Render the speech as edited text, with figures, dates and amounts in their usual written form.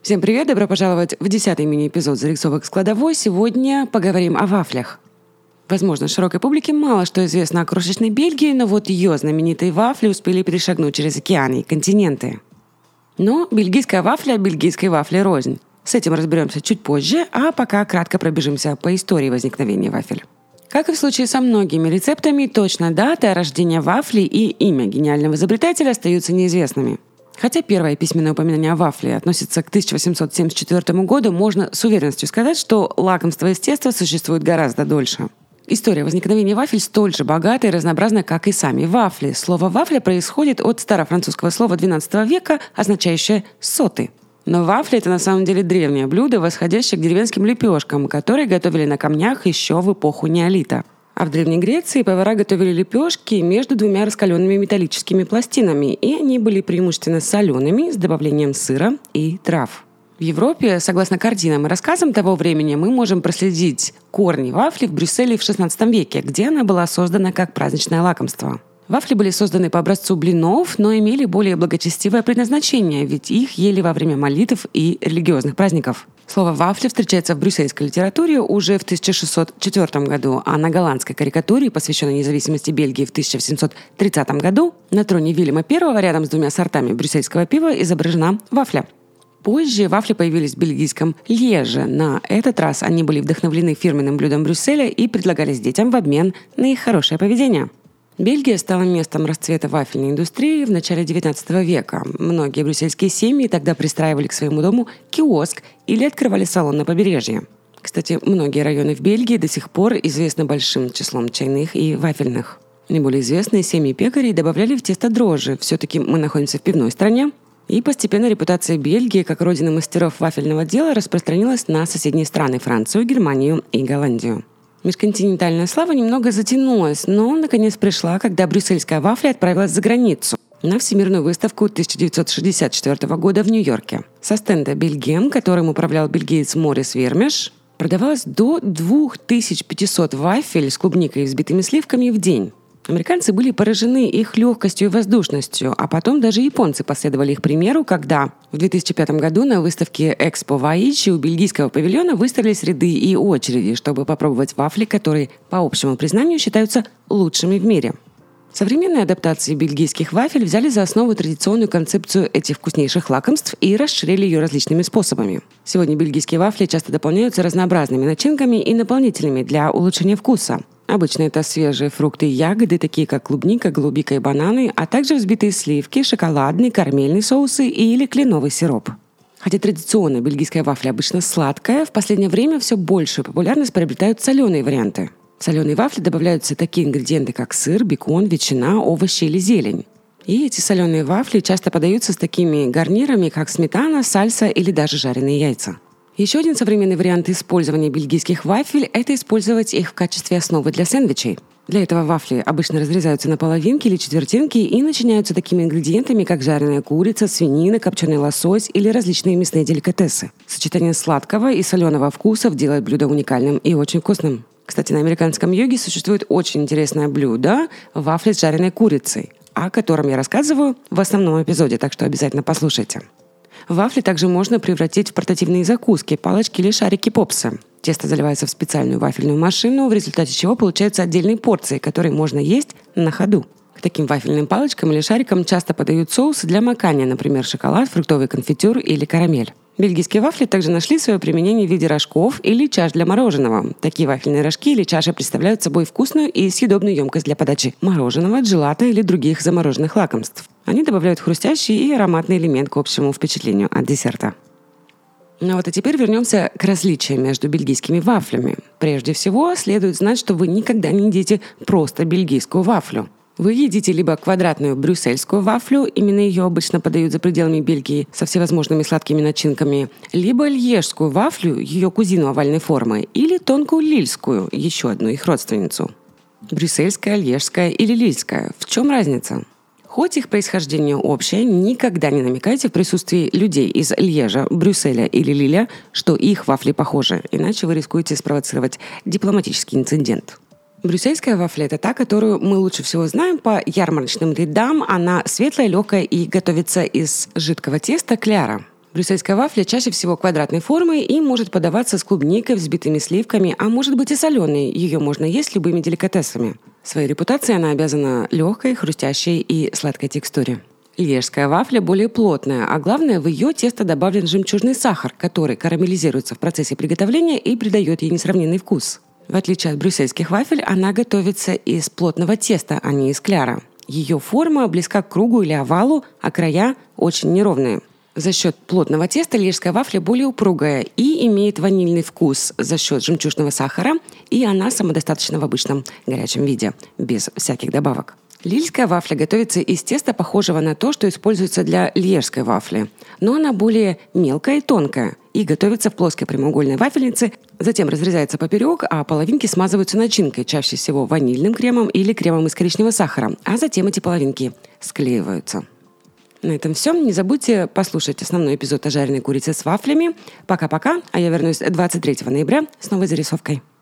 Всем привет, добро пожаловать в 10-й мини-эпизод «Зарисовок с кладовой». Сегодня поговорим о вафлях. Возможно, широкой публике мало что известно о крошечной Бельгии, но вот ее знаменитые вафли успели перешагнуть через океаны и континенты. Но бельгийская вафля бельгийской вафли рознь. С этим разберемся чуть позже, а пока кратко пробежимся по истории возникновения вафель. Как и в случае со многими рецептами, точно дата рождения вафли и имя гениального изобретателя остаются неизвестными. Хотя первое письменное упоминание о вафле относится к 1874 году, можно с уверенностью сказать, что лакомство из теста существует гораздо дольше. История возникновения вафель столь же богата и разнообразна, как и сами вафли. Слово «вафля» происходит от старофранцузского слова XII века, означающее «соты». Но вафли – это на самом деле древнее блюдо, восходящее к деревенским лепешкам, которые готовили на камнях еще в эпоху неолита. А в Древней Греции повара готовили лепешки между двумя раскаленными металлическими пластинами, и они были преимущественно солеными с добавлением сыра и трав. В Европе, согласно картинам и рассказам того времени, мы можем проследить корни вафли в Брюсселе в XVI веке, где она была создана как праздничное лакомство. Вафли были созданы по образцу блинов, но имели более благочестивое предназначение, ведь их ели во время молитв и религиозных праздников. Слово «вафли» встречается в брюссельской литературе уже в 1604 году, а на голландской карикатуре, посвященной независимости Бельгии в 1730 году, на троне Вильяма I рядом с двумя сортами брюссельского пива изображена вафля. Позже вафли появились в бельгийском Льеже. На этот раз они были вдохновлены фирменным блюдом Брюсселя и предлагались детям в обмен на их хорошее поведение. Бельгия стала местом расцвета вафельной индустрии в начале XIX века. Многие брюссельские семьи тогда пристраивали к своему дому киоск или открывали салон на побережье. Кстати, многие районы в Бельгии до сих пор известны большим числом чайных и вафельных. Наиболее известные семьи пекарей добавляли в тесто дрожжи. Все-таки мы находимся в пивной стране. И постепенно репутация Бельгии как родины мастеров вафельного дела распространилась на соседние страны – Францию, Германию и Голландию. Межконтинентальная слава немного затянулась, но наконец пришла, когда брюссельская вафля отправилась за границу на Всемирную выставку 1964 года в Нью-Йорке. Со стенда «Бельгем», которым управлял бельгиец Морис Вермеш, продавалось до 2500 вафель с клубникой и взбитыми сливками в день. Американцы были поражены их легкостью и воздушностью, а потом даже японцы последовали их примеру, когда в 2005 году на выставке Экспо в Аичи у бельгийского павильона выстроились ряды и очереди, чтобы попробовать вафли, которые, по общему признанию, считаются лучшими в мире. Современные адаптации бельгийских вафель взяли за основу традиционную концепцию этих вкуснейших лакомств и расширили ее различными способами. Сегодня бельгийские вафли часто дополняются разнообразными начинками и наполнителями для улучшения вкуса. Обычно это свежие фрукты и ягоды, такие как клубника, голубика и бананы, а также взбитые сливки, шоколадный, карамельные соусы или кленовый сироп. Хотя традиционно бельгийская вафля обычно сладкая, в последнее время все большую популярность приобретают соленые варианты. В соленые вафли добавляются такие ингредиенты, как сыр, бекон, ветчина, овощи или зелень. И эти соленые вафли часто подаются с такими гарнирами, как сметана, сальса или даже жареные яйца. Еще один современный вариант использования бельгийских вафель – это использовать их в качестве основы для сэндвичей. Для этого вафли обычно разрезаются на половинки или четвертинки и начиняются такими ингредиентами, как жареная курица, свинина, копченый лосось или различные мясные деликатесы. Сочетание сладкого и соленого вкусов делает блюдо уникальным и очень вкусным. Кстати, на американском юге существует очень интересное блюдо – вафли с жареной курицей, о котором я рассказываю в основном эпизоде, так что обязательно послушайте. Вафли также можно превратить в портативные закуски, палочки или шарики попсы. Тесто заливается в специальную вафельную машину, в результате чего получаются отдельные порции, которые можно есть на ходу. К таким вафельным палочкам или шарикам часто подают соусы для макания, например, шоколад, фруктовый конфитюр или карамель. Бельгийские вафли также нашли свое применение в виде рожков или чаш для мороженого. Такие вафельные рожки или чаши представляют собой вкусную и съедобную емкость для подачи мороженого, джелато или других замороженных лакомств. Они добавляют хрустящий и ароматный элемент к общему впечатлению от десерта. Ну вот, а теперь вернемся к различиям между бельгийскими вафлями. Прежде всего, следует знать, что вы никогда не едите просто бельгийскую вафлю. Вы едите либо квадратную брюссельскую вафлю, именно ее обычно подают за пределами Бельгии со всевозможными сладкими начинками, либо льежскую вафлю, ее кузину овальной формы, или тонкую лильскую, еще одну их родственницу. Брюссельская, льежская или лильская. В чем разница? Хоть их происхождение общее, никогда не намекайте в присутствии людей из Льежа, Брюсселя или Лиля, что их вафли похожи, иначе вы рискуете спровоцировать дипломатический инцидент. Брюссельская вафля – это та, которую мы лучше всего знаем по ярмарочным рядам. Она светлая, легкая и готовится из жидкого теста кляра. Брюссельская вафля чаще всего квадратной формы и может подаваться с клубникой, взбитыми сливками, а может быть и соленой. Ее можно есть любыми деликатесами. Своей репутацией она обязана легкой, хрустящей и сладкой текстуре. Льежская вафля более плотная, а главное, в ее тесто добавлен жемчужный сахар, который карамелизируется в процессе приготовления и придает ей несравненный вкус. В отличие от брюссельских вафель, она готовится из плотного теста, а не из кляра. Ее форма близка к кругу или овалу, а края очень неровные. За счет плотного теста льежская вафля более упругая и имеет ванильный вкус за счет жемчужного сахара, и она самодостаточна в обычном горячем виде, без всяких добавок. Лильская вафля готовится из теста, похожего на то, что используется для льежской вафли, но она более мелкая и тонкая, и готовится в плоской прямоугольной вафельнице, затем разрезается поперек, а половинки смазываются начинкой, чаще всего ванильным кремом или кремом из коричневого сахара, а затем эти половинки склеиваются. На этом все. Не забудьте послушать основной эпизод о жареной курице с вафлями. Пока-пока, а я вернусь 23 ноября с новой зарисовкой.